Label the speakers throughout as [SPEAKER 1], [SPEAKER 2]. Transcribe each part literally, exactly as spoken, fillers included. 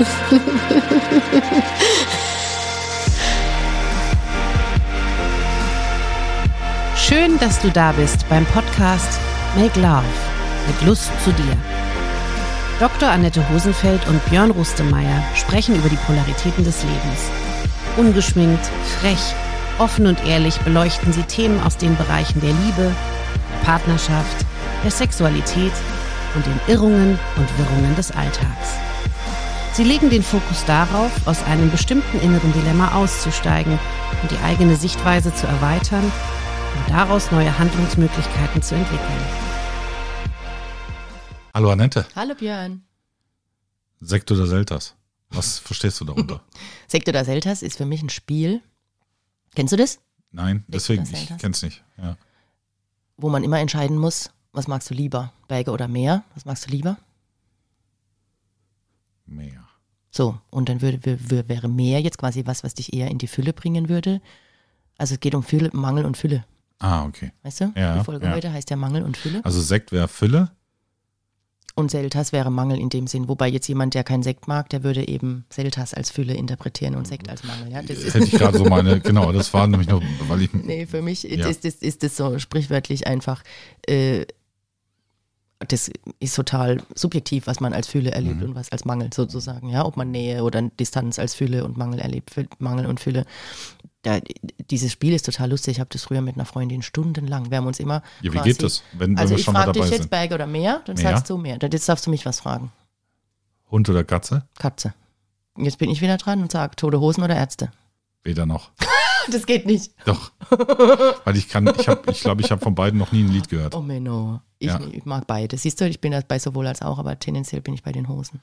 [SPEAKER 1] Schön, dass du da bist beim Podcast Make Love mit Lust zu dir. Doktor Annette Hosenfeld und Björn Rustemeyer sprechen über die Polaritäten des Lebens. Ungeschminkt, frech, offen und ehrlich beleuchten sie Themen aus den Bereichen der Liebe, der Partnerschaft, der Sexualität und den Irrungen und Wirrungen des Alltags. Sie legen den Fokus darauf, aus einem bestimmten inneren Dilemma auszusteigen und die eigene Sichtweise zu erweitern und daraus neue Handlungsmöglichkeiten zu entwickeln.
[SPEAKER 2] Hallo Annette.
[SPEAKER 3] Hallo Björn.
[SPEAKER 2] Sekt oder Selters? Was verstehst du darunter?
[SPEAKER 3] Sekt oder Selters ist für mich ein Spiel. Kennst du das?
[SPEAKER 2] Nein, deswegen, ich kenn's nicht. Ja.
[SPEAKER 3] Wo man immer entscheiden muss, was magst du lieber? Berge oder Meer? Was magst du lieber?
[SPEAKER 2] Meer.
[SPEAKER 3] So, und dann würde, würde, wäre Meer jetzt quasi was, was dich eher in die Fülle bringen würde. Also es geht um Fülle, Mangel und Fülle.
[SPEAKER 2] Ah, okay.
[SPEAKER 3] Weißt du?
[SPEAKER 2] Ja,
[SPEAKER 3] die Folge
[SPEAKER 2] ja.
[SPEAKER 3] heute heißt ja Mangel und Fülle.
[SPEAKER 2] Also Sekt wäre Fülle?
[SPEAKER 3] Und Selters wäre Mangel in dem Sinn. Wobei jetzt jemand, der keinen Sekt mag, der würde eben Selters als Fülle interpretieren und Sekt als Mangel. Ja, das ist
[SPEAKER 2] Hätte ich gerade so meine, genau, das war nämlich noch, weil ich...
[SPEAKER 3] Nee, für mich
[SPEAKER 2] Ja.
[SPEAKER 3] ist das ist, ist so sprichwörtlich einfach, äh, das ist total subjektiv, was man als Fülle erlebt
[SPEAKER 2] Mhm.
[SPEAKER 3] und was als Mangel sozusagen. Ja, ob man Nähe oder Distanz als Fülle und Mangel erlebt, Mangel und Fülle. Da, dieses Spiel ist total lustig. Ich habe das früher mit einer Freundin stundenlang. Wir haben uns immer
[SPEAKER 2] Ja, wie
[SPEAKER 3] quasi,
[SPEAKER 2] geht das, wenn, wenn
[SPEAKER 3] Also
[SPEAKER 2] wir
[SPEAKER 3] ich
[SPEAKER 2] schon mal
[SPEAKER 3] frage
[SPEAKER 2] dabei
[SPEAKER 3] dich jetzt
[SPEAKER 2] sind?
[SPEAKER 3] Berge oder Meer, dann
[SPEAKER 2] Meer?
[SPEAKER 3] sagst du Meer. Dann jetzt darfst du mich was fragen.
[SPEAKER 2] Hund oder Katze?
[SPEAKER 3] Katze. Jetzt bin ich wieder dran und sage tote Hosen oder Ärzte.
[SPEAKER 2] Weder noch.
[SPEAKER 3] Das geht nicht.
[SPEAKER 2] Doch. Weil ich kann, ich habe, ich glaube, ich habe von beiden noch nie ein Lied gehört.
[SPEAKER 3] Oh Menno. Ich,
[SPEAKER 2] Ja.
[SPEAKER 3] ich mag beide. Siehst du, ich bin das bei sowohl als auch, aber tendenziell bin ich bei den Hosen.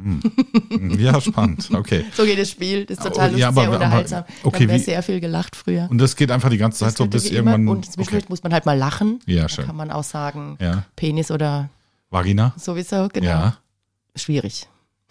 [SPEAKER 2] Ja, spannend. Okay.
[SPEAKER 3] So geht das Spiel. Das ist total
[SPEAKER 2] Oh,
[SPEAKER 3] lustig,
[SPEAKER 2] ja, aber-
[SPEAKER 3] sehr
[SPEAKER 2] aber-
[SPEAKER 3] unterhaltsam.
[SPEAKER 2] okay,
[SPEAKER 3] da haben wir
[SPEAKER 2] wie-
[SPEAKER 3] sehr viel gelacht früher.
[SPEAKER 2] Und das geht einfach die ganze Zeit
[SPEAKER 3] Das
[SPEAKER 2] so
[SPEAKER 3] wird
[SPEAKER 2] bis
[SPEAKER 3] wie
[SPEAKER 2] irgendwann...
[SPEAKER 3] immer, und zwischendurch muss man halt mal lachen.
[SPEAKER 2] Ja,
[SPEAKER 3] Da
[SPEAKER 2] schön.
[SPEAKER 3] kann man auch sagen,
[SPEAKER 2] Ja.
[SPEAKER 3] Penis oder
[SPEAKER 2] Vagina?
[SPEAKER 3] sowieso, genau.
[SPEAKER 2] Ja.
[SPEAKER 3] Schwierig.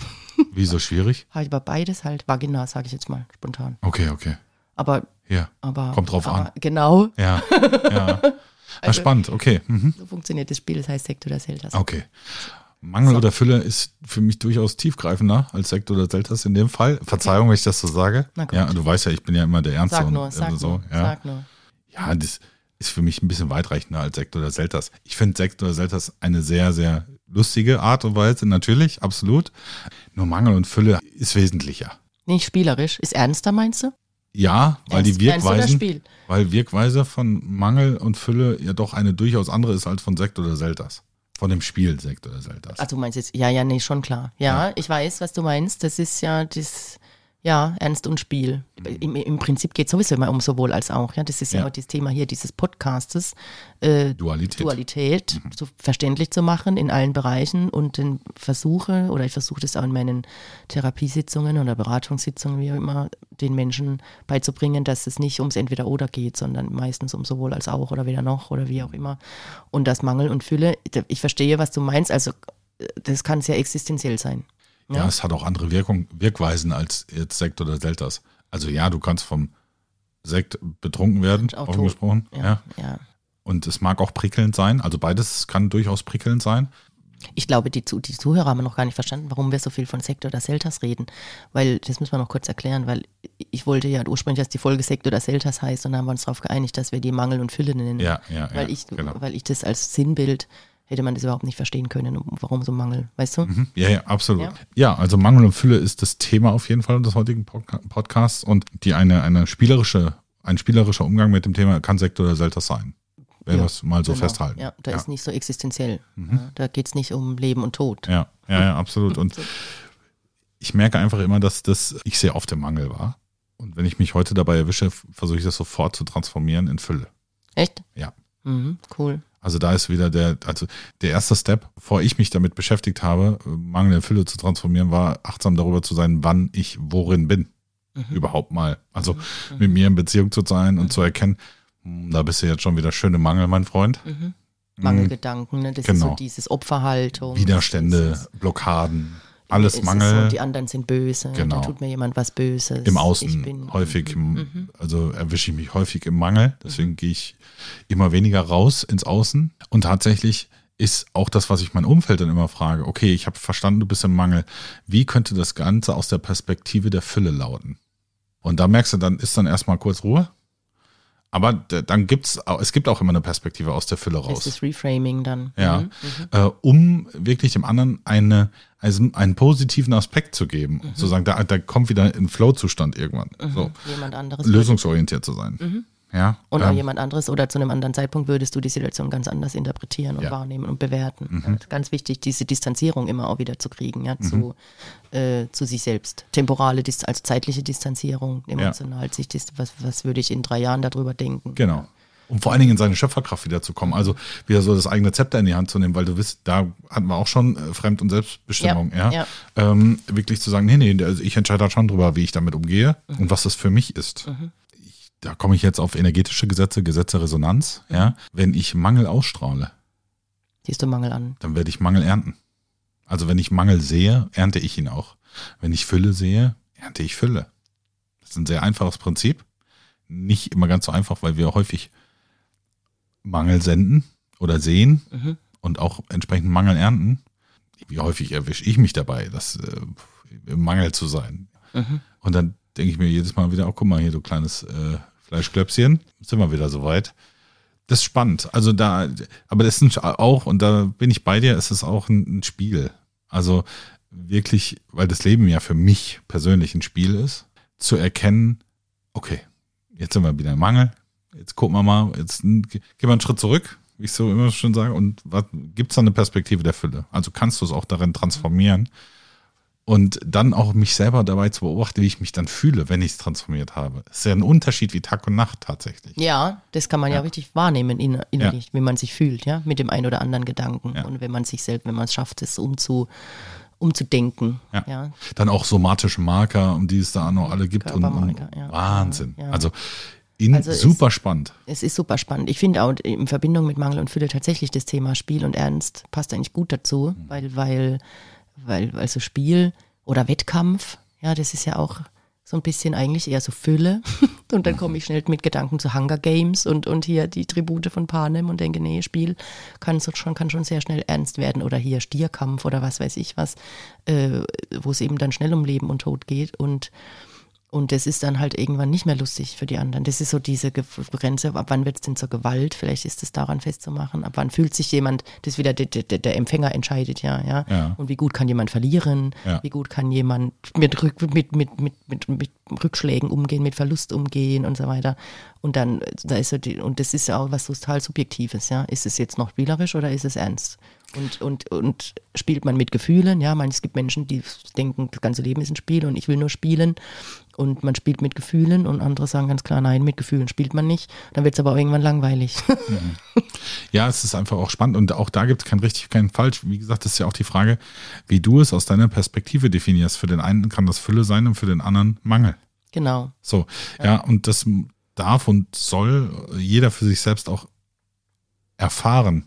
[SPEAKER 2] Wieso schwierig?
[SPEAKER 3] Halt aber beides halt. Vagina, sage ich jetzt mal spontan.
[SPEAKER 2] Okay, okay.
[SPEAKER 3] Aber,
[SPEAKER 2] Ja.
[SPEAKER 3] aber
[SPEAKER 2] Kommt drauf
[SPEAKER 3] aber,
[SPEAKER 2] an.
[SPEAKER 3] Genau,
[SPEAKER 2] Ja. Ja. Na,
[SPEAKER 3] Also-
[SPEAKER 2] spannend, okay. Mhm.
[SPEAKER 3] so funktioniert das Spiel. Das heißt Sekt oder Selters.
[SPEAKER 2] Okay. Mangel
[SPEAKER 3] So.
[SPEAKER 2] oder Fülle ist für mich durchaus tiefgreifender als Sekt oder Selters in dem Fall. Verzeihung, wenn ich das so sage.
[SPEAKER 3] Na gut.
[SPEAKER 2] Ja, du weißt ja, ich bin ja immer der Ernste.
[SPEAKER 3] Sag
[SPEAKER 2] und,
[SPEAKER 3] nur, sag
[SPEAKER 2] äh, so.
[SPEAKER 3] nur,
[SPEAKER 2] Ja.
[SPEAKER 3] sag nur.
[SPEAKER 2] ja, das ist für mich ein bisschen weitreichender als Sekt oder Selters. Ich finde Sekt oder Selters eine sehr, sehr lustige Art und Weise, natürlich, absolut. Nur Mangel und Fülle ist wesentlicher.
[SPEAKER 3] Nicht spielerisch. Ist ernster, meinst du?
[SPEAKER 2] Ja, weil die
[SPEAKER 3] Ernst- Ernst oder
[SPEAKER 2] Wirkweisen,
[SPEAKER 3] Spiel?
[SPEAKER 2] weil Wirkweise von Mangel und Fülle ja doch eine durchaus andere ist als von Sekt oder Selters. Von dem Spiel Sekt oder Selters.
[SPEAKER 3] Also du meinst jetzt, ja, ja, nee, schon klar. Ja,
[SPEAKER 2] Ja.
[SPEAKER 3] ich weiß, was du meinst. Das ist ja das, ja, Ernst und Spiel. Im, im Prinzip geht es sowieso immer um sowohl als auch. Ja, das ist ja,
[SPEAKER 2] Ja.
[SPEAKER 3] auch das Thema hier dieses Podcastes. Äh,
[SPEAKER 2] Dualität.
[SPEAKER 3] Dualität
[SPEAKER 2] Mhm.
[SPEAKER 3] so verständlich zu machen in allen Bereichen und dann versuche, oder ich versuche das auch in meinen Therapiesitzungen oder Beratungssitzungen, wie auch immer, den Menschen beizubringen, dass es nicht ums Entweder-Oder geht, sondern meistens um sowohl als auch oder weder noch oder wie auch immer. Und das Mangel und Fülle, ich verstehe, was du meinst, also das kann sehr existenziell sein.
[SPEAKER 2] Ja, es hat auch andere Wirkung, Wirkweisen als jetzt Sekt oder Selters. Also ja, du kannst vom Sekt betrunken werden,
[SPEAKER 3] Auch
[SPEAKER 2] offen
[SPEAKER 3] tot.
[SPEAKER 2] gesprochen.
[SPEAKER 3] Ja,
[SPEAKER 2] Ja.
[SPEAKER 3] ja.
[SPEAKER 2] Und es mag auch prickelnd sein. Also beides kann durchaus prickelnd sein.
[SPEAKER 3] Ich glaube, die, Zu- die Zuhörer haben noch gar nicht verstanden, warum wir so viel von Sekt oder Selters reden. Weil, das müssen wir noch kurz erklären, weil ich wollte ja ursprünglich, dass die Folge Sekt oder Selters heißt und dann haben wir uns darauf geeinigt, dass wir die Mangel und Fülle nennen.
[SPEAKER 2] Ja, ja,
[SPEAKER 3] weil,
[SPEAKER 2] ja,
[SPEAKER 3] ich,
[SPEAKER 2] genau.
[SPEAKER 3] weil ich das als Sinnbild, hätte man das überhaupt nicht verstehen können, warum so Mangel, weißt du?
[SPEAKER 2] Mhm. Ja, ja, absolut.
[SPEAKER 3] Ja.
[SPEAKER 2] Ja. also Mangel und Fülle ist das Thema auf jeden Fall des heutigen Podca- Podcasts und die eine, eine spielerische, ein spielerischer Umgang mit dem Thema kann Sekt oder Selters sein. Wenn
[SPEAKER 3] Ja,
[SPEAKER 2] wir es mal so
[SPEAKER 3] Genau.
[SPEAKER 2] festhalten.
[SPEAKER 3] Ja, da
[SPEAKER 2] ja.
[SPEAKER 3] ist nicht so existenziell.
[SPEAKER 2] Mhm.
[SPEAKER 3] Ja, da geht es nicht um Leben und Tod.
[SPEAKER 2] Ja, ja, ja, absolut. Und ich merke einfach immer, dass das ich sehr oft im Mangel war. Und wenn ich mich heute dabei erwische, versuche ich das sofort zu transformieren in Fülle.
[SPEAKER 3] Echt?
[SPEAKER 2] Ja.
[SPEAKER 3] Mhm, cool.
[SPEAKER 2] Also da ist wieder der, also der erste Step, bevor ich mich damit beschäftigt habe, Mangel in Fülle zu transformieren, war achtsam darüber zu sein, wann ich worin bin.
[SPEAKER 3] Mhm.
[SPEAKER 2] Überhaupt mal. Also
[SPEAKER 3] Mhm.
[SPEAKER 2] mit mir in Beziehung zu sein und zu erkennen, hm, da bist du jetzt schon wieder schön im Mangel, mein Freund.
[SPEAKER 3] Mhm.
[SPEAKER 2] Hm,
[SPEAKER 3] Mangelgedanken, ne? Das ist
[SPEAKER 2] Genau.
[SPEAKER 3] so dieses Opferhaltung.
[SPEAKER 2] Widerstände,
[SPEAKER 3] dieses-
[SPEAKER 2] Blockaden, alles
[SPEAKER 3] es ist
[SPEAKER 2] Mangel.
[SPEAKER 3] So, die anderen sind böse,
[SPEAKER 2] Genau.
[SPEAKER 3] da tut mir jemand was Böses.
[SPEAKER 2] Im
[SPEAKER 3] Ich
[SPEAKER 2] Außen
[SPEAKER 3] bin,
[SPEAKER 2] häufig, im,
[SPEAKER 3] Mhm.
[SPEAKER 2] also erwische ich mich häufig im Mangel. Deswegen gehe ich immer weniger raus ins Außen. Und tatsächlich ist auch das, was ich mein Umfeld dann immer frage. Okay, ich habe verstanden, du bist im Mangel. Wie könnte das Ganze aus der Perspektive der Fülle lauten? Und da merkst du, dann ist dann erstmal kurz Ruhe. Aber dann gibt's, es gibt auch immer eine Perspektive aus der Fülle raus.
[SPEAKER 3] Das ist Reframing dann.
[SPEAKER 2] Ja,
[SPEAKER 3] mhm.
[SPEAKER 2] äh, um wirklich dem anderen eine, also einen positiven Aspekt zu geben. Mhm. Zu sagen, da, da kommt wieder ein Flow-Zustand irgendwann.
[SPEAKER 3] Mhm.
[SPEAKER 2] So.
[SPEAKER 3] Jemand anderes.
[SPEAKER 2] Lösungsorientiert zu sein.
[SPEAKER 3] Mhm.
[SPEAKER 2] Ja,
[SPEAKER 3] und
[SPEAKER 2] ähm,
[SPEAKER 3] auch jemand anderes oder zu einem anderen Zeitpunkt würdest du die Situation ganz anders interpretieren und
[SPEAKER 2] ja.
[SPEAKER 3] wahrnehmen und bewerten.
[SPEAKER 2] Mhm.
[SPEAKER 3] Ja, ganz wichtig, diese Distanzierung immer auch wieder zu kriegen, ja,
[SPEAKER 2] Mhm.
[SPEAKER 3] zu, äh, zu sich selbst. Temporale, Dis- als zeitliche Distanzierung, emotional, ja. sich dis- was, was würde ich in drei Jahren darüber denken?
[SPEAKER 2] Genau. Um vor allen Dingen in seine Schöpferkraft wiederzukommen. Also wieder so das eigene Zepter in die Hand zu nehmen, weil du wisst, da hatten wir auch schon äh, Fremd- und Selbstbestimmung. Ja,
[SPEAKER 3] ja.
[SPEAKER 2] ja. Ähm, wirklich zu sagen, nee, nee, also ich entscheide halt schon drüber, wie ich damit umgehe mhm. und was das für mich ist.
[SPEAKER 3] Mhm.
[SPEAKER 2] Da komme ich jetzt auf energetische Gesetze, Gesetze Resonanz. Mhm. Ja, wenn ich Mangel ausstrahle,
[SPEAKER 3] siehst du Mangel an,
[SPEAKER 2] dann werde ich Mangel ernten. Also wenn ich Mangel sehe, ernte ich ihn auch. Wenn ich Fülle sehe, ernte ich Fülle. Das ist ein sehr einfaches Prinzip. Nicht immer ganz so einfach, weil wir häufig Mangel senden oder sehen mhm. und auch entsprechend Mangel ernten. Wie häufig erwische ich mich dabei, das äh, im Mangel zu sein. Mhm. Und dann denke ich mir jedes Mal wieder, oh, guck mal hier, du kleines äh, Fleischklöpschen, sind wir wieder soweit. Das ist spannend. Also da, aber das ist auch, und da bin ich bei dir, ist es auch ein, ein Spiel. Also wirklich, weil das Leben ja für mich persönlich ein Spiel ist, zu erkennen, okay, jetzt sind wir wieder im Mangel, jetzt gucken wir mal, jetzt gehen wir einen Schritt zurück, wie ich so immer schon sage, und gibt es da eine Perspektive der Fülle? Also kannst du es auch darin transformieren und dann auch mich selber dabei zu beobachten, wie ich mich dann fühle, wenn ich es transformiert habe. Das ist ja ein Unterschied wie Tag und Nacht tatsächlich.
[SPEAKER 3] Ja, das kann man ja, ja richtig wahrnehmen innerlich, ja. wie man sich fühlt, ja, mit dem einen oder anderen Gedanken. Ja. Und wenn man sich selbst, wenn man es schafft, es umzu umzudenken.
[SPEAKER 2] Ja.
[SPEAKER 3] Ja.
[SPEAKER 2] Dann auch somatische Marker, um die es da noch alle gibt. Und, und
[SPEAKER 3] ja.
[SPEAKER 2] Wahnsinn.
[SPEAKER 3] Ja.
[SPEAKER 2] Also, in, also super es, spannend.
[SPEAKER 3] Es ist super spannend. Ich finde auch in Verbindung mit Mangel und Fülle tatsächlich das Thema Spiel und Ernst passt eigentlich gut dazu, mhm. weil, weil, weil, weil so Spiel oder Wettkampf, ja, das ist ja auch so ein bisschen eigentlich eher so Fülle. Und dann komme ich schnell mit Gedanken zu Hunger Games und, und hier die Tribute von Panem und denke, nee, Spiel kann, so schon, kann schon sehr schnell ernst werden. Oder hier Stierkampf oder was weiß ich was, äh, wo es eben dann schnell um Leben und Tod geht. Und Und das ist dann halt irgendwann nicht mehr lustig für die anderen. Das ist so diese Grenze, ab wann wird es denn zur Gewalt? Vielleicht ist es daran festzumachen. Ab wann fühlt sich jemand, das ist wieder der, der, der Empfänger entscheidet, ja, ja.
[SPEAKER 2] Ja.
[SPEAKER 3] Und wie gut kann jemand verlieren?
[SPEAKER 2] Ja.
[SPEAKER 3] Wie gut kann jemand mit, Rück, mit, mit, mit, mit, mit Rückschlägen umgehen, mit Verlust umgehen und so weiter. Und dann, da ist so die, und das ist ja auch was total Subjektives, ja. Ist es jetzt noch spielerisch oder ist es ernst? Und, und, und spielt man mit Gefühlen, ja, man, es gibt Menschen, die denken, das ganze Leben ist ein Spiel und ich will nur spielen und man spielt mit Gefühlen und andere sagen ganz klar, nein, mit Gefühlen spielt man nicht, dann wird es aber auch irgendwann langweilig.
[SPEAKER 2] Ja, es ist einfach auch spannend und auch da gibt es kein richtig, kein falsch. Wie gesagt, das ist ja auch die Frage, wie du es aus deiner Perspektive definierst. Für den einen kann das Fülle sein und für den anderen Mangel.
[SPEAKER 3] Genau.
[SPEAKER 2] So, ja, ja und das darf und soll jeder für sich selbst auch erfahren.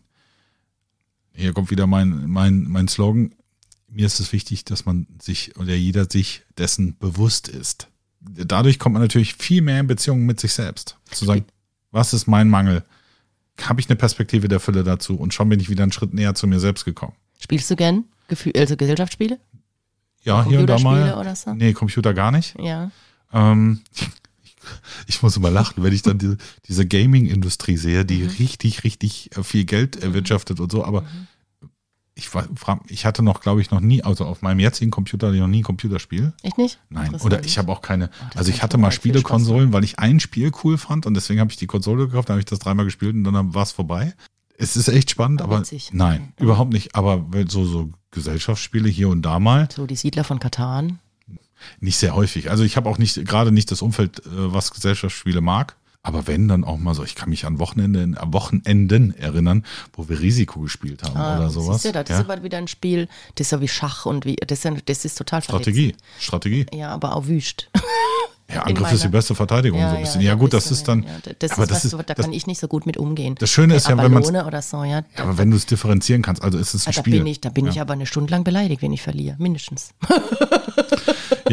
[SPEAKER 2] Hier kommt wieder mein, mein, mein Slogan. Mir ist es wichtig, dass man sich oder jeder sich dessen bewusst ist. Dadurch kommt man natürlich viel mehr in Beziehung mit sich selbst. Zu sagen, was ist mein Mangel? Habe ich eine Perspektive der Fülle dazu? Und schon bin ich wieder einen Schritt näher zu mir selbst gekommen.
[SPEAKER 3] Spielst du gern Gefühl, also Gesellschaftsspiele?
[SPEAKER 2] Ja, hier und da mal.
[SPEAKER 3] Oder so?
[SPEAKER 2] Nee, Computer gar nicht.
[SPEAKER 3] Ja.
[SPEAKER 2] Ähm, ich muss immer lachen, wenn ich dann diese, diese Gaming-Industrie sehe, die mhm. richtig, richtig viel Geld erwirtschaftet und so, aber mhm. ich, frag, ich hatte noch, glaube ich, noch nie, also auf meinem jetzigen Computer noch nie ein Computerspiel.
[SPEAKER 3] Echt nicht?
[SPEAKER 2] Nein, oder ich habe auch keine, oh, also ich hatte mal Spielekonsolen, weil ich ein Spiel cool fand und deswegen habe ich die Konsole gekauft, dann habe ich das dreimal gespielt und dann war es vorbei. Es ist echt spannend, aber, aber nein, mhm. überhaupt nicht, aber so, so Gesellschaftsspiele hier und da mal.
[SPEAKER 3] So die Siedler von Katan.
[SPEAKER 2] Nicht sehr häufig. Also ich habe auch nicht, gerade nicht das Umfeld, was Gesellschaftsspiele mag. Aber wenn, dann auch mal so, ich kann mich an Wochenende, an Wochenenden erinnern, wo wir Risiko gespielt haben ah, oder sowas.
[SPEAKER 3] Siehst du, das ja? ist aber wieder ein Spiel, das ist so wie Schach und wie, das ist, das ist total
[SPEAKER 2] Strategie, verletzend. Strategie.
[SPEAKER 3] Ja, aber auch wüst.
[SPEAKER 2] Ja, Angriff ist die beste Verteidigung,
[SPEAKER 3] ja,
[SPEAKER 2] so ein bisschen.
[SPEAKER 3] Ja,
[SPEAKER 2] ja gut, das ist dann.
[SPEAKER 3] Ja, das
[SPEAKER 2] aber
[SPEAKER 3] ist
[SPEAKER 2] das
[SPEAKER 3] was,
[SPEAKER 2] ist,
[SPEAKER 3] da
[SPEAKER 2] das,
[SPEAKER 3] kann ich nicht so gut mit umgehen.
[SPEAKER 2] Das Schöne ist ja, wenn man
[SPEAKER 3] oder so, ja.
[SPEAKER 2] Ja, aber wenn du es differenzieren kannst, also ist es ein
[SPEAKER 3] ja,
[SPEAKER 2] Spiel.
[SPEAKER 3] Da bin ich, da bin
[SPEAKER 2] ja.
[SPEAKER 3] ich aber eine Stunde lang beleidigt, wenn ich verliere, mindestens.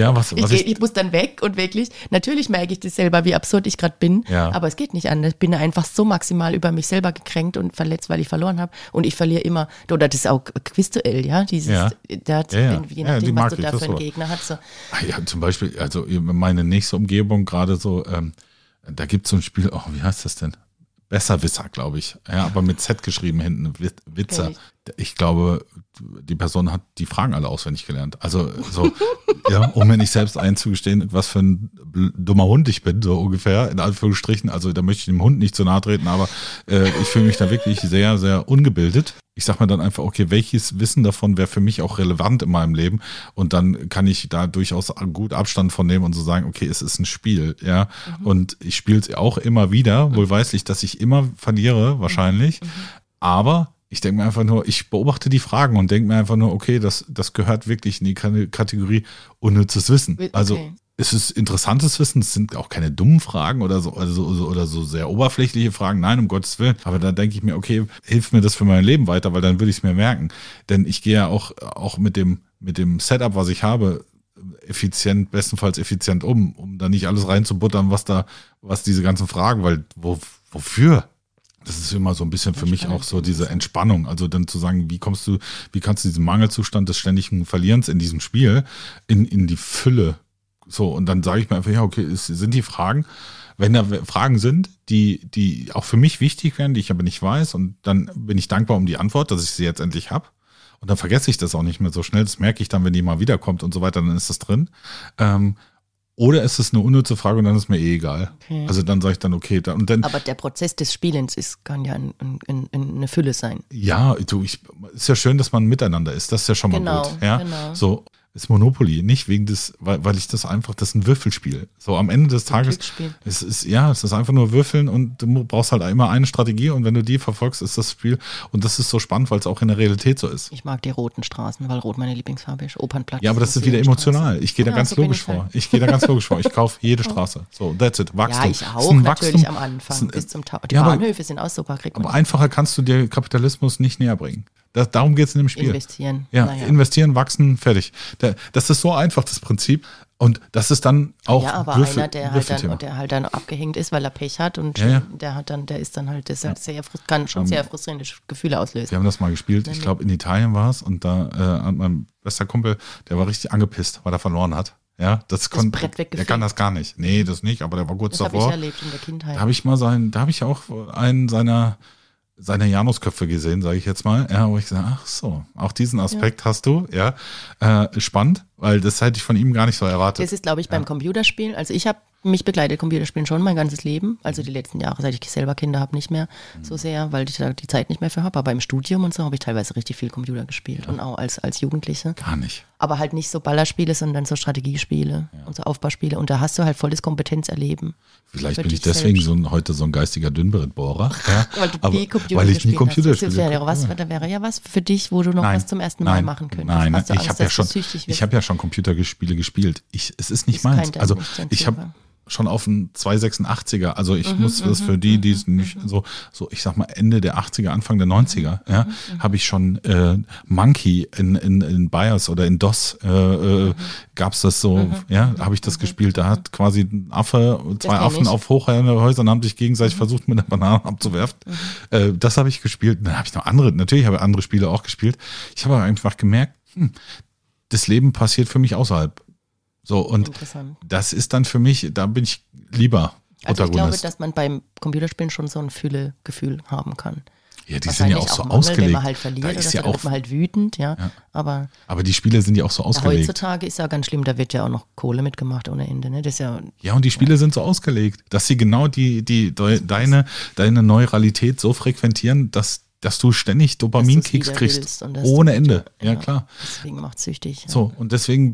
[SPEAKER 2] Ja, was,
[SPEAKER 3] ich,
[SPEAKER 2] was
[SPEAKER 3] geh,
[SPEAKER 2] ich,
[SPEAKER 3] ich muss dann weg und wirklich, natürlich merke ich das selber, wie absurd ich gerade bin,
[SPEAKER 2] Ja.
[SPEAKER 3] aber es geht nicht anders. Ich bin einfach so maximal über mich selber gekränkt und verletzt, weil ich verloren habe und ich verliere immer, oder das ist auch Quizduell, ja, dieses,
[SPEAKER 2] Ja.
[SPEAKER 3] da,
[SPEAKER 2] Ja, ja.
[SPEAKER 3] wenn, je
[SPEAKER 2] Ja, die
[SPEAKER 3] nachdem,
[SPEAKER 2] mag
[SPEAKER 3] was du
[SPEAKER 2] ich,
[SPEAKER 3] da
[SPEAKER 2] das
[SPEAKER 3] für einen
[SPEAKER 2] so.
[SPEAKER 3] Gegner hast. So.
[SPEAKER 2] Ah ja, zum Beispiel, also meine nächste Umgebung gerade so, ähm, da gibt es so ein Spiel, oh, wie heißt das denn? Besserwisser, glaube ich. Ja, aber mit Z geschrieben hinten, Wit- Witzer.
[SPEAKER 3] Kenn ich.
[SPEAKER 2] Ich glaube, die Person hat die Fragen alle auswendig gelernt. Also so, ja, um mir nicht selbst einzugestehen, was für ein bl- dummer Hund ich bin, so ungefähr, in Anführungsstrichen. Also da möchte ich dem Hund nicht zu nahe treten, aber äh, ich fühle mich da wirklich sehr, sehr ungebildet. Ich sag mir dann einfach, okay, welches Wissen davon wäre für mich auch relevant in meinem Leben? Und dann kann ich da durchaus gut Abstand von nehmen und so sagen, okay, es ist ein Spiel, ja. Mhm. Und ich spiele es auch immer wieder, wohlweislich, dass ich immer verliere, wahrscheinlich. Mhm. Aber ich denke mir einfach nur, ich beobachte die Fragen und denke mir einfach nur, okay, das, das gehört wirklich in die Kategorie unnützes Wissen.
[SPEAKER 3] Okay.
[SPEAKER 2] Also es ist interessantes Wissen, es sind auch keine dummen Fragen oder so, oder so, oder so sehr oberflächliche Fragen, nein, um Gottes Willen. Aber da denke ich mir, okay, hilft mir das für mein Leben weiter, weil dann würde ich es mir merken. Denn ich gehe ja auch, auch mit dem, mit dem Setup, was ich habe, effizient, bestenfalls effizient um, um da nicht alles reinzubuttern, was da, was diese ganzen Fragen, weil wo, wofür? Das ist immer so ein bisschen für mich auch so diese Entspannung. Also dann zu sagen, wie kommst du, wie kannst du diesen Mangelzustand des ständigen Verlierens in diesem Spiel in, in die Fülle. So, und dann sage ich mir einfach, ja, okay, es sind die Fragen, wenn da Fragen sind, die, die auch für mich wichtig wären, die ich aber nicht weiß, und dann bin ich dankbar um die Antwort, dass ich sie jetzt endlich habe. Und dann vergesse ich das auch nicht mehr so schnell. Das merke ich dann, wenn die mal wiederkommt und so weiter, dann ist das drin. Ähm, Oder ist es eine unnütze Frage und dann ist mir eh egal. Okay. Also dann sage ich dann, okay. Da, und dann,
[SPEAKER 3] aber der Prozess des Spielens ist, kann ja ein, ein, ein, eine Fülle sein.
[SPEAKER 2] Ja, du, ich, ist ja schön, dass man miteinander ist. Das ist ja schon mal
[SPEAKER 3] genau,
[SPEAKER 2] gut. Ja?
[SPEAKER 3] Genau.
[SPEAKER 2] So ist Monopoly, nicht wegen des, weil, weil ich das einfach, das ist ein Würfelspiel. So am Ende des Tages, es ist, ja, es ist einfach nur Würfeln und du brauchst halt immer eine Strategie und wenn du die verfolgst, ist das Spiel, und das ist so spannend, weil es auch in der Realität so ist.
[SPEAKER 3] Ich mag die roten Straßen, weil rot meine Lieblingsfarbe ist. Opernplatz.
[SPEAKER 2] Ja, aber das ist wieder emotional. Ich gehe da ja, ganz so logisch vor. Ich gehe da ganz logisch vor. Ich kaufe jede Straße. So, that's it. Wachstum.
[SPEAKER 3] Ja, ich auch natürlich am Anfang. Bis zum Ta- Die ja, Bahnhöfe sind auch super.
[SPEAKER 2] Aber einfacher kannst du dir Kapitalismus nicht näher bringen. Das, darum geht es in dem Spiel.
[SPEAKER 3] Investieren.
[SPEAKER 2] Ja, naja. Investieren, wachsen, fertig. Das ist so einfach, das Prinzip. Und das ist dann auch
[SPEAKER 3] ja, aber
[SPEAKER 2] Würfel,
[SPEAKER 3] einer, der halt, dann, der halt dann abgehängt ist, weil er Pech hat und
[SPEAKER 2] ja, ja.
[SPEAKER 3] der hat dann, der ist dann halt, das ja. sehr, kann schon um, sehr frustrierende Gefühle auslösen.
[SPEAKER 2] Wir haben das mal gespielt, ich glaube in Italien war es, und da äh, hat mein bester Kumpel, der war richtig angepisst, weil er verloren hat. Ja, das, das kon-
[SPEAKER 3] Brett weggefegt.
[SPEAKER 2] Der kann das gar nicht. Nee, das nicht, aber der war kurz
[SPEAKER 3] das
[SPEAKER 2] davor.
[SPEAKER 3] Das habe ich erlebt in der Kindheit.
[SPEAKER 2] Da habe ich mal sein, da habe ich auch einen seiner seine Janusköpfe gesehen, sage ich jetzt mal, ja, wo ich sage, ach so, auch diesen Aspekt ja. hast du, ja, äh, spannend, weil das hätte ich von ihm gar nicht so erwartet.
[SPEAKER 3] Das ist, glaube ich,
[SPEAKER 2] ja.
[SPEAKER 3] beim Computerspielen, also ich habe mich begleitet Computerspielen schon mein ganzes Leben, also die letzten Jahre, seit ich selber Kinder habe, nicht mehr mhm. so sehr, weil ich da die Zeit nicht mehr für habe, aber im Studium und so habe ich teilweise richtig viel Computer gespielt ja. und auch als, als Jugendliche.
[SPEAKER 2] Gar nicht.
[SPEAKER 3] Aber halt nicht so Ballerspiele, sondern so Strategiespiele ja. und so Aufbauspiele, und da hast du halt volles Kompetenzerleben.
[SPEAKER 2] Vielleicht bin ich deswegen so ein, heute so ein geistiger Dünnbrettbohrer. Ja,
[SPEAKER 3] weil du
[SPEAKER 2] aber,
[SPEAKER 3] nie Computer
[SPEAKER 2] weil ich nie Computer spiele.
[SPEAKER 3] Das wäre, was, da wäre ja was für dich, wo du noch
[SPEAKER 2] nein,
[SPEAKER 3] was zum ersten Mal
[SPEAKER 2] nein,
[SPEAKER 3] machen könntest.
[SPEAKER 2] Nein,
[SPEAKER 3] hast du
[SPEAKER 2] ich
[SPEAKER 3] Angst,
[SPEAKER 2] habe ja schon, ich habe ja schon Computerspiele gespielt. Ich, es ist nicht ist meins. Also ich habe schon auf einen zweihundertsechsundachtziger, also ich mhm, muss das für die, die es nicht so, so ich sag mal Ende der achtziger, Anfang der neunziger, ja, mhm. habe ich schon äh, Monkey in, in, in BIOS oder in DOS äh, mhm. gab es das so, mhm. ja, habe ich das mhm. gespielt, da hat quasi ein Affe, zwei Affen auf Hochhäusern haben sich gegenseitig mhm. versucht, mit einer Banane abzuwerfen. Mhm. Äh, das habe ich gespielt, dann habe ich noch andere, natürlich habe ich andere Spiele auch gespielt. Ich habe einfach gemerkt, hm, das Leben passiert für mich außerhalb. So, und das ist dann für mich, da bin ich lieber Protagonist.
[SPEAKER 3] Also ich glaube, dass man beim Computerspielen schon so ein Fülle-Gefühl haben kann.
[SPEAKER 2] Ja, die sind ja auch so Mangel, ausgelegt.
[SPEAKER 3] Wenn man halt verliert, da ist oder ja so, auch, wird man halt wütend, ja. ja. Aber,
[SPEAKER 2] aber die Spiele sind ja auch so ausgelegt.
[SPEAKER 3] Heutzutage ist ja ganz schlimm, da wird ja auch noch Kohle mitgemacht ohne Ende. Ne? Das ist ja,
[SPEAKER 2] ja, und die Spiele ja. sind so ausgelegt, dass sie genau die, die, de, deine, deine Neuralität so frequentieren, dass dass du ständig Dopaminkicks kriegst, ohne Ende. Ja, ja, klar.
[SPEAKER 3] Deswegen macht es süchtig. Ja.
[SPEAKER 2] So, und deswegen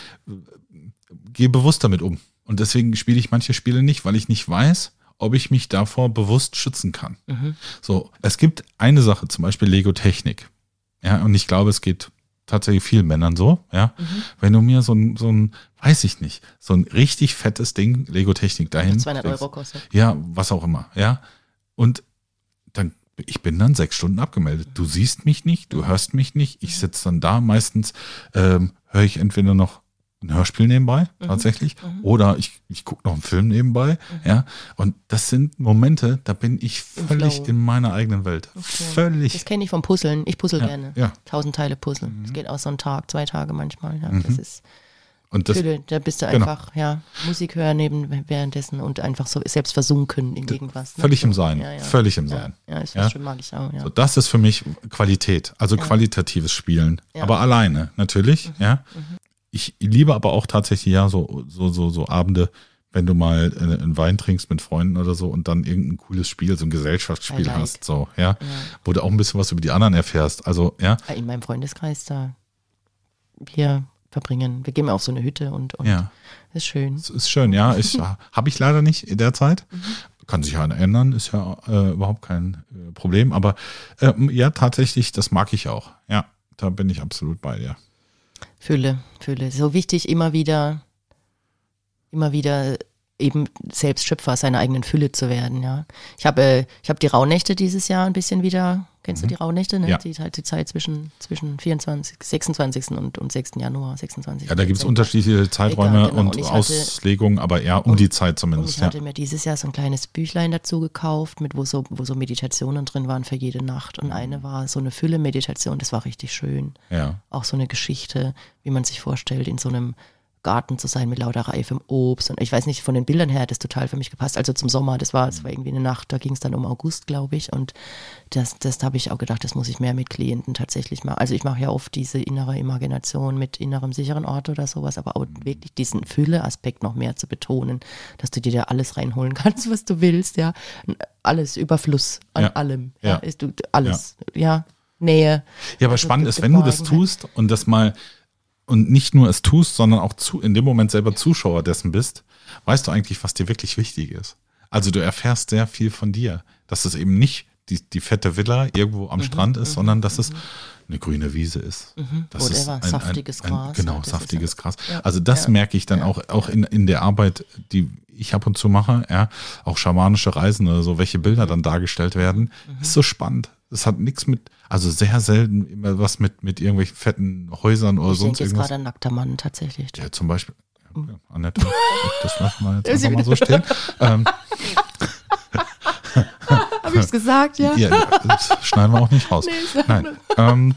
[SPEAKER 2] gehe bewusst damit um. Und deswegen spiele ich manche Spiele nicht, weil ich nicht weiß, ob ich mich davor bewusst schützen kann. Mhm. So, es gibt eine Sache, zum Beispiel Lego-Technik. Ja, und ich glaube, es geht tatsächlich vielen Männern so, ja. Mhm. Wenn du mir so ein, so ein, weiß ich nicht, so ein richtig fettes Ding, Lego-Technik dahin.
[SPEAKER 3] zweihundert Euro kostet.
[SPEAKER 2] Ja, was auch immer, ja. Und dann ich bin dann sechs Stunden abgemeldet. Du siehst mich nicht, du hörst mich nicht. Ich sitze dann da. Meistens ähm, höre ich entweder noch ein Hörspiel nebenbei,
[SPEAKER 3] Mhm.
[SPEAKER 2] tatsächlich.
[SPEAKER 3] Mhm.
[SPEAKER 2] Oder ich, ich gucke noch einen Film nebenbei.
[SPEAKER 3] Mhm.
[SPEAKER 2] Ja. Und das sind Momente, da bin ich
[SPEAKER 3] Im
[SPEAKER 2] völlig
[SPEAKER 3] Flow.
[SPEAKER 2] in meiner eigenen Welt.
[SPEAKER 3] Okay.
[SPEAKER 2] Völlig.
[SPEAKER 3] Das kenne ich vom Puzzeln. Ich puzzle
[SPEAKER 2] Ja,
[SPEAKER 3] gerne.
[SPEAKER 2] ja.
[SPEAKER 3] Tausend Teile Puzzle. Das geht auch so einen Tag, zwei Tage manchmal. Ja, das
[SPEAKER 2] Mhm.
[SPEAKER 3] ist
[SPEAKER 2] Und das,
[SPEAKER 3] Fülle. Da bist du
[SPEAKER 2] genau.
[SPEAKER 3] einfach, ja, Musik hören neben währenddessen und einfach so selbst versunken in irgendwas. Ne?
[SPEAKER 2] völlig
[SPEAKER 3] so.
[SPEAKER 2] im Sein.
[SPEAKER 3] Ja, ja.
[SPEAKER 2] Völlig im
[SPEAKER 3] Ja,
[SPEAKER 2] Sein.
[SPEAKER 3] ja, ist
[SPEAKER 2] Ja.
[SPEAKER 3] was schön, mag ich auch, ja.
[SPEAKER 2] So, das ist für mich Qualität, also qualitatives Spielen.
[SPEAKER 3] Ja.
[SPEAKER 2] Aber alleine, natürlich. Ja. Ich liebe aber auch tatsächlich ja so, so, so, so Abende, wenn du mal äh, einen Wein trinkst mit Freunden oder so und dann irgendein cooles Spiel, so ein Gesellschaftsspiel
[SPEAKER 3] I like.
[SPEAKER 2] hast, so, ja, wo du auch ein bisschen was über die anderen erfährst. Also, ja,
[SPEAKER 3] In meinem Freundeskreis da, wir verbringen, wir gehen auf so eine Hütte und, und
[SPEAKER 2] ja,
[SPEAKER 3] ist schön.
[SPEAKER 2] es ist schön, ja. Ich habe ich leider nicht in der Zeit. Kann sich ja ändern, ist ja äh, überhaupt kein äh, Problem. Aber ähm, ja, tatsächlich, das mag ich auch. Ja, da bin ich absolut bei dir.
[SPEAKER 3] Fülle, Fülle. So wichtig, immer wieder, immer wieder eben selbst Schöpfer seiner eigenen Fülle zu werden, ja. Ich habe äh, ich habe die Rauhnächte dieses Jahr ein bisschen wieder, kennst du die Rauhnächte, ne?
[SPEAKER 2] Ja.
[SPEAKER 3] Die halt die Zeit zwischen, zwischen vierundzwanzigsten, sechsundzwanzigsten und, und sechsten Januar, sechsundzwanzigsten
[SPEAKER 2] Ja, da gibt es
[SPEAKER 3] Dezember.
[SPEAKER 2] unterschiedliche Zeiträume
[SPEAKER 3] Egal, genau.
[SPEAKER 2] und,
[SPEAKER 3] Und ich hatte-
[SPEAKER 2] Auslegungen, aber eher um
[SPEAKER 3] Und-
[SPEAKER 2] die Zeit
[SPEAKER 3] Und
[SPEAKER 2] zumindest.
[SPEAKER 3] ich
[SPEAKER 2] Ja.
[SPEAKER 3] hatte mir dieses Jahr so ein kleines Büchlein dazu gekauft, mit wo so, wo so Meditationen drin waren für jede Nacht. Und eine war so eine Fülle-Meditation, das war richtig schön.
[SPEAKER 2] Ja.
[SPEAKER 3] Auch so eine Geschichte, wie man sich vorstellt, in so einem Garten zu sein mit lauter reifem Obst. Und ich weiß nicht, von den Bildern her hat das total für mich gepasst. Also zum Sommer, das war, das war irgendwie eine Nacht, da ging es dann um August, glaube ich. Und das, das habe ich auch gedacht, das muss ich mehr mit Klienten tatsächlich machen. Also ich mache ja oft diese innere Imagination mit innerem sicheren Ort oder sowas, aber auch wirklich diesen Fülle-Aspekt noch mehr zu betonen, dass du dir da alles reinholen kannst, was du willst, ja. Alles Überfluss an
[SPEAKER 2] Ja.
[SPEAKER 3] allem.
[SPEAKER 2] Ja.
[SPEAKER 3] Ja. Ist, du, alles, ja. Nähe.
[SPEAKER 2] Ja, aber
[SPEAKER 3] Also
[SPEAKER 2] spannend ist, wenn du das
[SPEAKER 3] Geborgenheit.
[SPEAKER 2] tust und das mal und nicht nur es tust, sondern auch zu, in dem Moment selber Zuschauer dessen bist, weißt du eigentlich, was dir wirklich wichtig ist. Also du erfährst sehr viel von dir, dass es eben nicht die, die fette Villa irgendwo am Strand ist, sondern dass es eine grüne Wiese ist. Das ist
[SPEAKER 3] Whatever, saftiges Gras.
[SPEAKER 2] Genau,
[SPEAKER 3] Ja, das ist
[SPEAKER 2] saftiges Gras.
[SPEAKER 3] Ja.
[SPEAKER 2] Also das
[SPEAKER 3] Ja.
[SPEAKER 2] merke ich dann auch, auch in, in der Arbeit, die ich ab und zu mache, ja, auch schamanische Reisen oder so, welche Bilder dann dargestellt werden. Das ist so spannend. Das hat nichts mit, also sehr selten immer was mit, mit irgendwelchen fetten Häusern oder
[SPEAKER 3] Ich
[SPEAKER 2] sonst
[SPEAKER 3] denke jetzt
[SPEAKER 2] irgendwas.
[SPEAKER 3] gerade an nackter Mann tatsächlich.
[SPEAKER 2] Ja, zum Beispiel, ja, ja, Annette, das lassen wir jetzt einfach mal so stehen. Ähm,
[SPEAKER 3] Habe ich es gesagt, ja?
[SPEAKER 2] ja, das schneiden wir auch nicht raus. Nein. Ähm,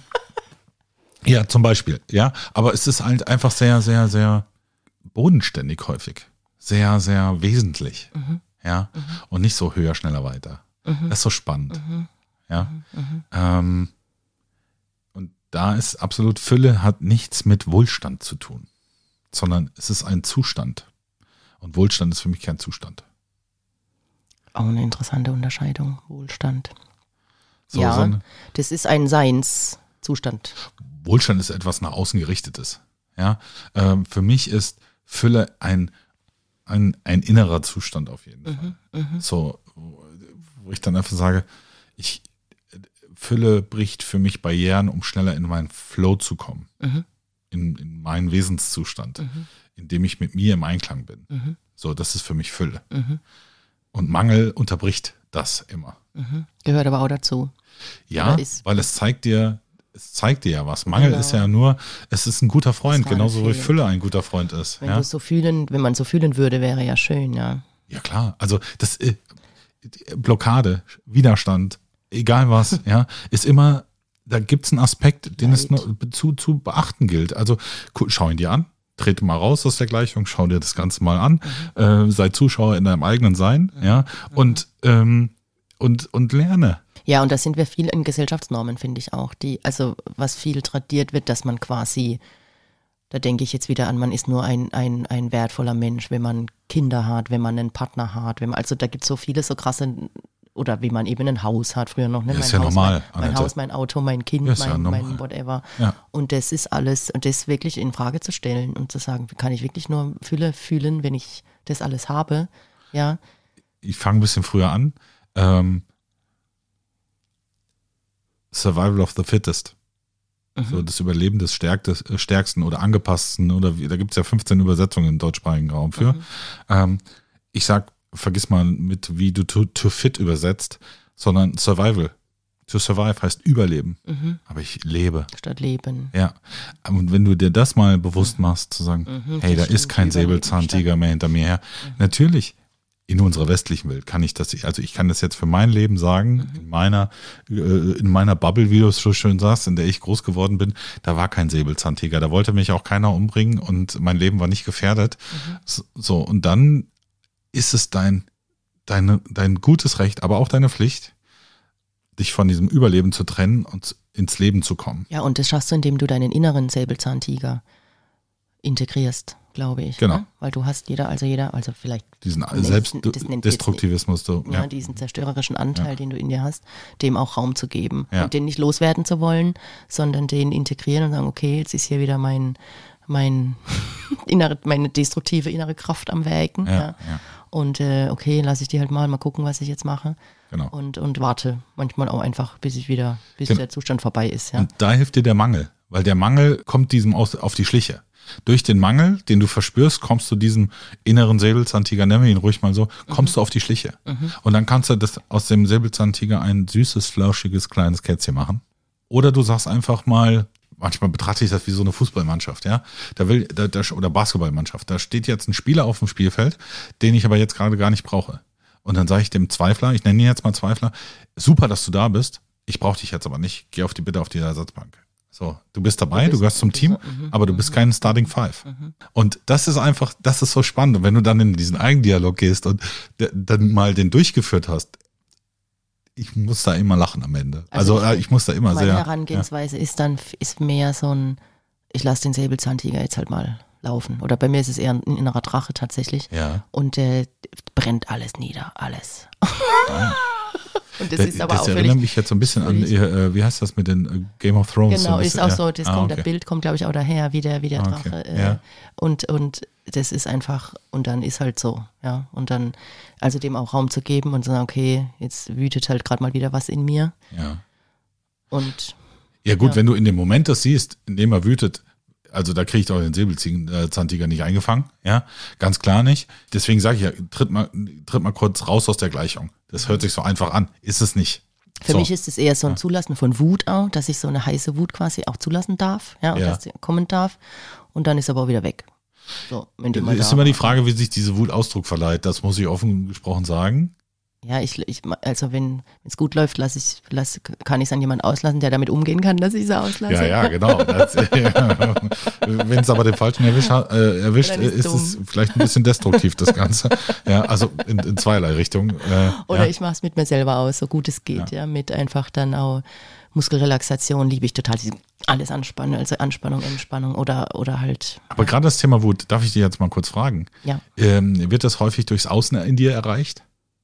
[SPEAKER 2] ja, zum Beispiel, ja. Aber es ist halt einfach sehr, sehr, sehr bodenständig häufig. Sehr, sehr wesentlich. Ja. Und nicht so höher, schneller, weiter. Das ist so spannend. Ja. Ähm, und da ist absolut Fülle, hat nichts mit Wohlstand zu tun, sondern es ist ein Zustand. Und Wohlstand ist für mich kein Zustand.
[SPEAKER 3] Auch eine interessante Unterscheidung, Wohlstand.
[SPEAKER 2] So,
[SPEAKER 3] ja,
[SPEAKER 2] sondern
[SPEAKER 3] das ist ein Seinszustand.
[SPEAKER 2] Wohlstand ist etwas nach außen gerichtetes. Ja, ähm, für mich ist Fülle ein, ein, ein innerer Zustand auf jeden Fall. So, wo, wo ich dann einfach sage, ich, Fülle bricht für mich Barrieren, um schneller in meinen Flow zu kommen. In, in meinen Wesenszustand, in dem ich mit mir im Einklang bin. So, das ist für mich Fülle. Und Mangel unterbricht das immer.
[SPEAKER 3] Gehört aber auch dazu.
[SPEAKER 2] Ja,
[SPEAKER 3] Oder ist-
[SPEAKER 2] weil es zeigt dir, es zeigt dir ja was. Mangel
[SPEAKER 3] Genau.
[SPEAKER 2] ist ja nur, es ist ein guter Freund,
[SPEAKER 3] gerade
[SPEAKER 2] genauso wie
[SPEAKER 3] fehlt.
[SPEAKER 2] Fülle ein guter Freund ist.
[SPEAKER 3] Wenn
[SPEAKER 2] Ja?
[SPEAKER 3] du so fühlen, wenn man so fühlen würde, wäre ja schön, ja.
[SPEAKER 2] ja, klar. Also das äh, Blockade, Widerstand, egal was, ja, ist immer, da gibt es einen Aspekt, den es
[SPEAKER 3] Leid.
[SPEAKER 2] nur zu, zu beachten gilt. Also gu- schau ihn dir an, trete mal raus aus der Gleichung, schau dir das Ganze mal an, äh, sei Zuschauer in deinem eigenen Sein, ja, und, ähm, und, und lerne.
[SPEAKER 3] Ja, und da sind wir viel in Gesellschaftsnormen, finde ich auch. Die, also was viel tradiert wird, dass man quasi, da denke ich jetzt wieder an, man ist nur ein, ein, ein wertvoller Mensch, wenn man Kinder hat, wenn man einen Partner hat, wenn man, also da gibt es so viele so krasse, oder wie man eben ein Haus hat, früher noch, ne?
[SPEAKER 2] Ja,
[SPEAKER 3] mein
[SPEAKER 2] ist ja
[SPEAKER 3] Haus,
[SPEAKER 2] normal,
[SPEAKER 3] mein, mein
[SPEAKER 2] Annette.
[SPEAKER 3] Haus, mein Auto, mein Kind,
[SPEAKER 2] Ja, ist ja
[SPEAKER 3] mein,
[SPEAKER 2] normal.
[SPEAKER 3] mein whatever.
[SPEAKER 2] Ja.
[SPEAKER 3] Und das ist alles, und das wirklich in Frage zu stellen und zu sagen, kann ich wirklich nur Fülle fühlen, wenn ich das alles habe, ja.
[SPEAKER 2] Ich fange ein bisschen früher an. Ähm, Survival of the Fittest. So das Überleben des Stärktes, äh, Stärksten oder Angepassten oder wie, da gibt es ja fünfzehn Übersetzungen im deutschsprachigen Raum für. Ähm, ich sag, vergiss mal mit, wie du to, to fit übersetzt, sondern Survival. To survive heißt überleben. Mhm. Aber ich lebe.
[SPEAKER 3] Statt leben.
[SPEAKER 2] Ja. Und wenn du dir das mal bewusst machst, zu sagen, mhm, hey, da ist kein Säbelzahntiger mehr hinter mir her. Mhm. Natürlich, in unserer westlichen Welt kann ich das, also ich kann das jetzt für mein Leben sagen, mhm. in meiner, äh, in meiner Bubble, wie du es so schön sagst, in der ich groß geworden bin, da war kein Säbelzahntiger. Da wollte mich auch keiner umbringen und mein Leben war nicht gefährdet. Mhm. So, und dann ist es dein, deine, dein gutes Recht, aber auch deine Pflicht, dich von diesem Überleben zu trennen und ins Leben zu kommen.
[SPEAKER 3] Ja, und das schaffst du, indem du deinen inneren Säbelzahntiger integrierst, glaube ich.
[SPEAKER 2] Genau.
[SPEAKER 3] Ne? Weil du hast jeder, also jeder, also vielleicht
[SPEAKER 2] diesen Selbstdestruktivismus, du,
[SPEAKER 3] ja,
[SPEAKER 2] ja.
[SPEAKER 3] diesen zerstörerischen Anteil, ja. den du in dir hast, dem auch Raum zu geben
[SPEAKER 2] ja.
[SPEAKER 3] und den nicht loswerden zu wollen, sondern den integrieren und sagen, okay, jetzt ist hier wieder mein, mein innere, meine destruktive innere Kraft am Werken.
[SPEAKER 2] Ja,
[SPEAKER 3] ja.
[SPEAKER 2] Ja.
[SPEAKER 3] Und äh, okay, lasse ich die halt mal, mal gucken, was ich jetzt mache.
[SPEAKER 2] Genau.
[SPEAKER 3] Und, und warte manchmal auch einfach, bis ich wieder, bis
[SPEAKER 2] genau.
[SPEAKER 3] der Zustand vorbei ist. Ja.
[SPEAKER 2] Und da hilft dir der Mangel, weil der Mangel kommt diesem aus, auf die Schliche. Durch den Mangel, den du verspürst, kommst du diesem inneren Säbelzahntiger, nennen wir ihn ruhig mal so, kommst mhm. du auf die Schliche. Mhm. Und dann kannst du das aus dem Säbelzahntiger ein süßes, flauschiges, kleines Kätzchen machen. Oder du sagst einfach mal, manchmal betrachte ich das wie so eine Fußballmannschaft, ja. Da will, da, da, oder Basketballmannschaft. Da steht jetzt ein Spieler auf dem Spielfeld, den ich aber jetzt gerade gar nicht brauche. Und dann sage ich dem Zweifler, ich nenne ihn jetzt mal Zweifler, super, dass du da bist, ich brauche dich jetzt aber nicht, geh auf die bitte auf die Ersatzbank. So, du bist dabei, du, bist, du gehörst zum Team, mhm, aber du bist kein Starting Five. Mhm. Und das ist einfach, das ist so spannend. Und wenn du dann in diesen Eigendialog gehst und d- dann mal den durchgeführt hast, ich muss da immer lachen am Ende. Also, also ich, ich muss da immer
[SPEAKER 3] meine
[SPEAKER 2] sehr.
[SPEAKER 3] Meine Herangehensweise ja. ist dann, ist mehr so ein, ich lasse den Säbelzahntiger jetzt halt mal laufen. Oder bei mir ist es eher ein innerer Drache tatsächlich.
[SPEAKER 2] Ja.
[SPEAKER 3] Und äh, brennt alles nieder, alles.
[SPEAKER 2] Ja.
[SPEAKER 3] Und das
[SPEAKER 2] das,
[SPEAKER 3] ist aber
[SPEAKER 2] das
[SPEAKER 3] auch
[SPEAKER 2] erinnert
[SPEAKER 3] völlig,
[SPEAKER 2] mich jetzt so ein bisschen an, äh, wie heißt das mit den äh, Game of Thrones?
[SPEAKER 3] Genau,
[SPEAKER 2] so
[SPEAKER 3] ist auch
[SPEAKER 2] ja.
[SPEAKER 3] so, das
[SPEAKER 2] ah,
[SPEAKER 3] kommt,
[SPEAKER 2] okay.
[SPEAKER 3] das Bild kommt, glaube ich, auch daher, wie der, wie der
[SPEAKER 2] Ah,
[SPEAKER 3] Drache.
[SPEAKER 2] okay.
[SPEAKER 3] Äh,
[SPEAKER 2] ja.
[SPEAKER 3] und, und das ist einfach, und dann ist halt so, ja. Und dann, also dem auch Raum zu geben und zu sagen, okay, jetzt wütet halt gerade mal wieder was in mir.
[SPEAKER 2] Ja.
[SPEAKER 3] Und
[SPEAKER 2] ja gut,
[SPEAKER 3] ja.
[SPEAKER 2] wenn du in dem Moment das siehst, in dem er wütet, also da kriege ich doch den Säbelzahntiger nicht eingefangen, ja, ganz klar nicht. Deswegen sage ich ja, tritt mal, tritt mal kurz raus aus der Gleichung. Das hört sich so einfach an, ist es nicht.
[SPEAKER 3] Für
[SPEAKER 2] so.
[SPEAKER 3] mich ist es eher so ein Zulassen von Wut auch, dass ich so eine heiße Wut quasi auch zulassen darf, ja, und
[SPEAKER 2] ja.
[SPEAKER 3] dass die kommen darf. Und dann ist aber auch wieder weg. So, wenn die
[SPEAKER 2] Es
[SPEAKER 3] mal
[SPEAKER 2] ist
[SPEAKER 3] da
[SPEAKER 2] immer die
[SPEAKER 3] war.
[SPEAKER 2] Frage, wie sich diese Wut Ausdruck verleiht. Das muss ich offen gesprochen sagen.
[SPEAKER 3] Ja, ich, ich also wenn es gut läuft, lass ich, lass, kann ich es an jemanden auslassen, der damit umgehen kann, dass ich es auslasse.
[SPEAKER 2] Ja, ja, genau. Das, ja. Wenn es aber den Falschen erwischt, äh, erwischt
[SPEAKER 3] Dann ist
[SPEAKER 2] ist
[SPEAKER 3] dumm.
[SPEAKER 2] es vielleicht ein bisschen destruktiv, das Ganze. Ja, also in, in zweierlei Richtungen. Äh,
[SPEAKER 3] Oder
[SPEAKER 2] ja.
[SPEAKER 3] ich mache es mit mir selber aus, so gut es geht, ja,
[SPEAKER 2] Ja.
[SPEAKER 3] mit einfach dann auch Muskelrelaxation liebe ich total, diese alles anspannen, also Anspannung, Entspannung oder, oder halt.
[SPEAKER 2] Aber gerade das Thema Wut, darf ich dich jetzt mal kurz fragen?
[SPEAKER 3] Ja.
[SPEAKER 2] Ähm, wird das häufig durchs Außen in dir erreicht?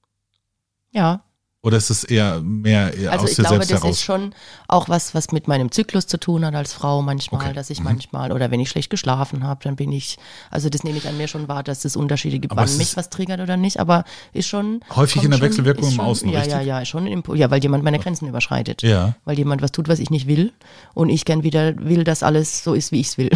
[SPEAKER 3] Ja.
[SPEAKER 2] Oder ist es eher mehr eher
[SPEAKER 3] Also
[SPEAKER 2] aus
[SPEAKER 3] ich
[SPEAKER 2] dir
[SPEAKER 3] glaube,
[SPEAKER 2] selbst
[SPEAKER 3] das
[SPEAKER 2] heraus?
[SPEAKER 3] ist schon auch was, was mit meinem Zyklus zu tun hat als Frau manchmal,
[SPEAKER 2] Okay.
[SPEAKER 3] dass ich
[SPEAKER 2] Mhm.
[SPEAKER 3] manchmal, oder wenn ich schlecht geschlafen habe, dann bin ich, also das nehme ich an mir schon wahr, dass es Unterschiede gibt,
[SPEAKER 2] Aber
[SPEAKER 3] wann
[SPEAKER 2] es
[SPEAKER 3] mich
[SPEAKER 2] ist
[SPEAKER 3] was triggert oder nicht, aber ist schon.
[SPEAKER 2] häufig
[SPEAKER 3] kommt
[SPEAKER 2] in der
[SPEAKER 3] schon-
[SPEAKER 2] Wechselwirkung
[SPEAKER 3] ist
[SPEAKER 2] im
[SPEAKER 3] schon,
[SPEAKER 2] Außen,
[SPEAKER 3] ja,
[SPEAKER 2] richtig?
[SPEAKER 3] Ja, ja, schon ein Impuls, ja, weil jemand meine Grenzen überschreitet.
[SPEAKER 2] Ja.
[SPEAKER 3] Weil jemand was tut, was ich nicht will und ich gern wieder will, dass alles so ist, wie ich es will.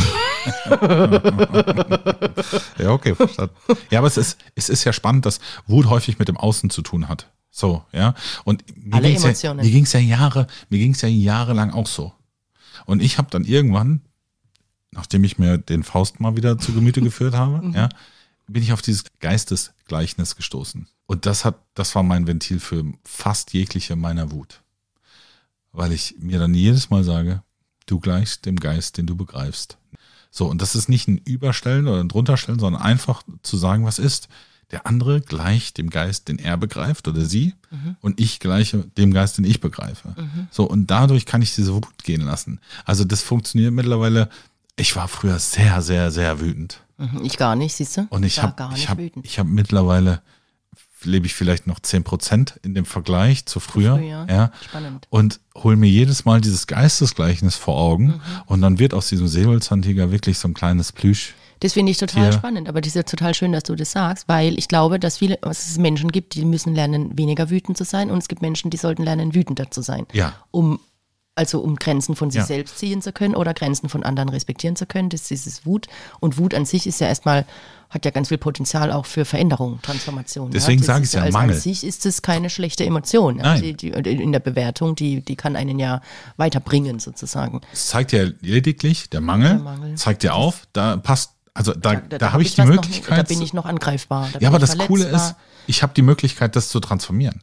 [SPEAKER 2] Ja, okay, verstanden. Ja, aber es ist, es ist ja spannend, dass Wut häufig mit dem Außen zu tun hat. So, ja. Und mir
[SPEAKER 3] Alle
[SPEAKER 2] ging's ja,
[SPEAKER 3] Emotionen.
[SPEAKER 2] mir ging's ja Jahre, mir ging's ja jahrelang auch so. Und ich habe dann irgendwann, nachdem ich mir den Faust mal wieder zu Gemüte geführt habe,
[SPEAKER 3] Mhm.
[SPEAKER 2] ja, bin ich auf dieses Geistesgleichnis gestoßen. Und das hat, das war mein Ventil für fast jegliche meiner Wut. Weil ich mir dann jedes Mal sage, du gleichst dem Geist, den du begreifst. So, und das ist nicht ein Überstellen oder ein Drunterstellen, sondern einfach zu sagen, was ist. Der andere gleicht dem Geist, den er begreift oder sie,
[SPEAKER 3] Mhm.
[SPEAKER 2] und ich gleiche dem Geist, den ich begreife.
[SPEAKER 3] Mhm.
[SPEAKER 2] So, und dadurch kann ich diese Wut gehen lassen. Also das funktioniert mittlerweile. Ich war früher sehr, sehr, sehr wütend.
[SPEAKER 3] Mhm, Ich gar nicht, siehst du?
[SPEAKER 2] Und ich
[SPEAKER 3] war
[SPEAKER 2] habe
[SPEAKER 3] gar
[SPEAKER 2] ich
[SPEAKER 3] nicht
[SPEAKER 2] hab,
[SPEAKER 3] wütend.
[SPEAKER 2] ich hab mittlerweile, lebe ich vielleicht noch zehn Prozent in dem Vergleich zu früher.
[SPEAKER 3] Früher.
[SPEAKER 2] Ja,
[SPEAKER 3] Spannend.
[SPEAKER 2] und hol mir jedes Mal dieses Geistesgleichnis vor Augen.
[SPEAKER 3] Mhm.
[SPEAKER 2] Und dann wird aus diesem Säbelzahntiger wirklich so ein kleines Plüsch.
[SPEAKER 3] Das finde ich total
[SPEAKER 2] Tier.
[SPEAKER 3] spannend, aber das ist ja total schön, dass du das sagst, weil ich glaube, dass viele, dass es Menschen gibt, die müssen lernen, weniger wütend zu sein und es gibt Menschen, die sollten lernen, wütender zu sein,
[SPEAKER 2] Ja,
[SPEAKER 3] um Also um Grenzen von sich
[SPEAKER 2] Ja.
[SPEAKER 3] selbst ziehen zu können oder Grenzen von anderen respektieren zu können. Das ist dieses Wut. Und Wut an sich ist ja erstmal, hat ja ganz viel Potenzial auch für Veränderung, Transformation.
[SPEAKER 2] Deswegen
[SPEAKER 3] ja.
[SPEAKER 2] sage ich ja,
[SPEAKER 3] also
[SPEAKER 2] Mangel.
[SPEAKER 3] An sich ist es keine schlechte Emotion. Ja.
[SPEAKER 2] Nein.
[SPEAKER 3] Die, die, in der Bewertung, die, die kann einen ja weiterbringen sozusagen.
[SPEAKER 2] Es zeigt ja lediglich, der Mangel,
[SPEAKER 3] Der Mangel.
[SPEAKER 2] zeigt ja auf, da passt, also da, da,
[SPEAKER 3] hab
[SPEAKER 2] habe ich die
[SPEAKER 3] was
[SPEAKER 2] Möglichkeit.
[SPEAKER 3] Noch, da bin ich noch angreifbar. Da
[SPEAKER 2] ja,
[SPEAKER 3] bin
[SPEAKER 2] aber
[SPEAKER 3] ich
[SPEAKER 2] das Coole ist,
[SPEAKER 3] verletzbar.
[SPEAKER 2] ich habe die Möglichkeit, das zu transformieren.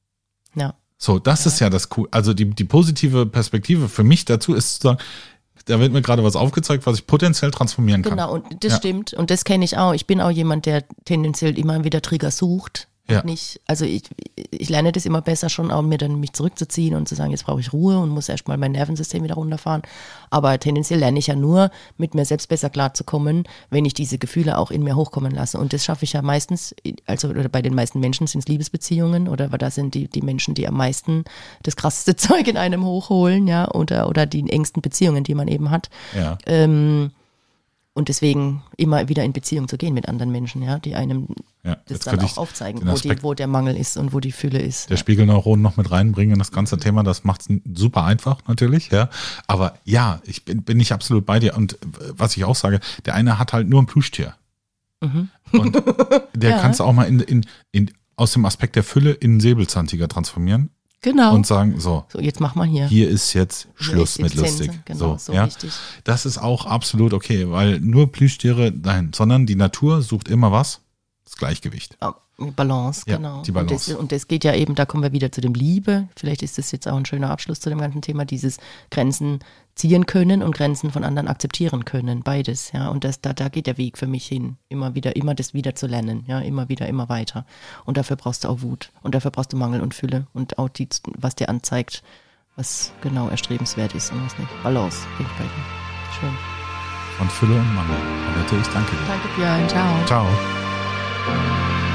[SPEAKER 3] Ja.
[SPEAKER 2] So, das ist ja das Coole. Also die, die positive Perspektive für mich dazu ist zu sagen, da wird mir gerade was aufgezeigt, was ich potenziell transformieren kann.
[SPEAKER 3] Genau, und das
[SPEAKER 2] Ja.
[SPEAKER 3] stimmt. Und das kenne ich auch. Ich bin auch jemand, der tendenziell immer wieder Trigger sucht.
[SPEAKER 2] Ja.
[SPEAKER 3] Und nicht, also ich, ich lerne das immer besser schon, auch mir dann mich zurückzuziehen und zu sagen, jetzt brauche ich Ruhe und muss erstmal mein Nervensystem wieder runterfahren. Aber tendenziell lerne ich ja nur, mit mir selbst besser klarzukommen, wenn ich diese Gefühle auch in mir hochkommen lasse. Und das schaffe ich ja meistens, also oder bei den meisten Menschen sind es Liebesbeziehungen oder da sind die, die Menschen, die am meisten das krasseste Zeug in einem hochholen, ja, oder, oder die engsten Beziehungen, die man eben hat.
[SPEAKER 2] Ja.
[SPEAKER 3] Ähm, und deswegen immer wieder in Beziehung zu gehen mit anderen Menschen, ja, die einem
[SPEAKER 2] Ja,
[SPEAKER 3] das
[SPEAKER 2] jetzt
[SPEAKER 3] dann
[SPEAKER 2] könnte
[SPEAKER 3] auch
[SPEAKER 2] ich
[SPEAKER 3] aufzeigen,
[SPEAKER 2] den
[SPEAKER 3] wo,
[SPEAKER 2] Aspekt-
[SPEAKER 3] die, wo der Mangel ist und wo die Fülle ist.
[SPEAKER 2] der Spiegelneuronen noch mit reinbringen in das ganze Thema, das macht es super einfach natürlich, ja. Aber ja, ich bin, bin nicht absolut bei dir. Und was ich auch sage, der eine hat halt nur ein Plüschtier.
[SPEAKER 3] Mhm.
[SPEAKER 2] Und der
[SPEAKER 3] Ja.
[SPEAKER 2] kannst du auch mal in, in, in, aus dem Aspekt der Fülle in einen Säbelzahntiger transformieren
[SPEAKER 3] Genau.
[SPEAKER 2] und sagen, so,
[SPEAKER 3] So, jetzt mach mal hier.
[SPEAKER 2] hier ist jetzt
[SPEAKER 3] Hier
[SPEAKER 2] Schluss
[SPEAKER 3] ist
[SPEAKER 2] mit
[SPEAKER 3] jetzt Sense.
[SPEAKER 2] lustig.
[SPEAKER 3] Genau,
[SPEAKER 2] so,
[SPEAKER 3] so
[SPEAKER 2] ja.
[SPEAKER 3] richtig.
[SPEAKER 2] Das ist auch absolut okay, weil nur Plüschtiere, nein, sondern die Natur sucht immer was? Das Gleichgewicht.
[SPEAKER 3] Ah, Balance,
[SPEAKER 2] Ja,
[SPEAKER 3] genau.
[SPEAKER 2] die Balance.
[SPEAKER 3] Und das, und das geht ja eben, da kommen wir wieder zu dem Liebe. Vielleicht ist das jetzt auch ein schöner Abschluss zu dem ganzen Thema, dieses Grenzen ziehen können und Grenzen von anderen akzeptieren können, beides, ja. Und das, da, da geht der Weg für mich hin, immer wieder, immer das wieder zu lernen, ja, immer wieder, immer weiter. Und dafür brauchst du auch Wut und dafür brauchst du Mangel und Fülle und auch die, was dir anzeigt, was genau erstrebenswert ist und was nicht. Balance, bin ich bei dir. Schön.
[SPEAKER 2] Von Fülle und Mangel. Annette, ich danke dir.
[SPEAKER 3] Danke, Björn. Ciao.
[SPEAKER 2] Ciao.